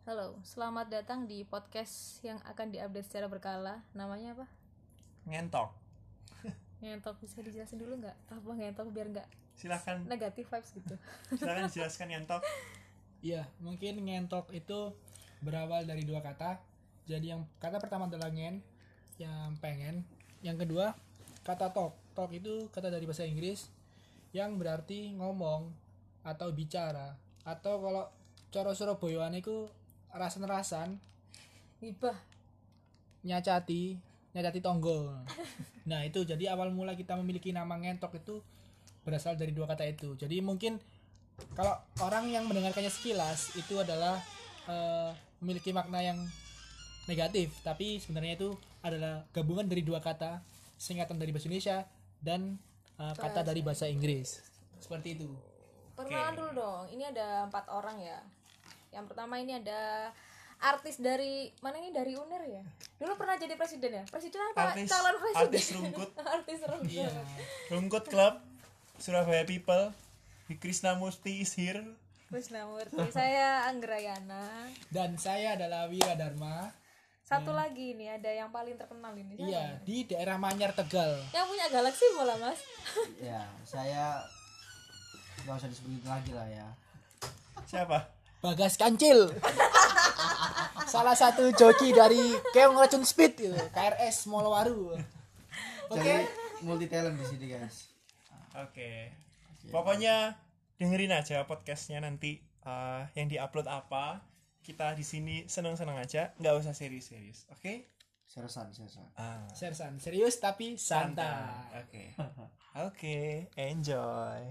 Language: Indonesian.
Halo, selamat datang di podcast yang akan diupdate secara berkala. Namanya apa? Ngentok. Ngentok, bisa dijelasin dulu nggak? Apa ngentok biar nggak Silakan negatif vibes gitu. silakan dijelaskan ngentok. Iya, mungkin ngentok itu berawal dari dua kata. Jadi yang kata pertama adalah ngen, yang pengen. Yang kedua, kata talk. Talk itu kata dari bahasa Inggris yang berarti ngomong atau bicara. Atau kalau cara Surabayaan itu rasan-rasan, Gibah. nyacati tonggo. Nah, itu jadi awal mula kita memiliki nama ngentok itu berasal dari dua kata itu. Jadi mungkin kalau orang yang mendengarkannya sekilas itu adalah memiliki makna yang negatif, tapi sebenarnya itu adalah gabungan dari dua kata, singkatan dari bahasa Indonesia dan kata dari bahasa Inggris. Seperti itu. Perkenalan dulu dong. Ini ada 4 orang ya. Yang pertama ini ada artis dari mana ini, dari UNER ya. Dulu pernah jadi presiden ya. Presiden apa? Calon presiden. Artis rungkut. Artis rungkut. Iya. Rungkut Club Surabaya People. Krisnamurti is here. Krisnamurti. Saya Anggrayana. Dan saya adalah Wiradharma. Satu lagi nih, ada yang paling terkenal ini. Siapa? Iya, di daerah Manyar, Tegal. Yang punya Galaxy bola, Mas. Ya, saya nggak usah disebutin lagi lah ya. Siapa? Bagas Kancil. Salah satu joki dari Keong Racun Speed itu, KRS Molowaru. Jadi multi talent di sini guys. Oke. Pokoknya dengerin aja podcastnya nanti yang diupload apa. Kita di sini seneng-seneng aja, nggak usah serius-serius. Oke? Sersan. Sersan, serius tapi santai. Oke. Oke, enjoy.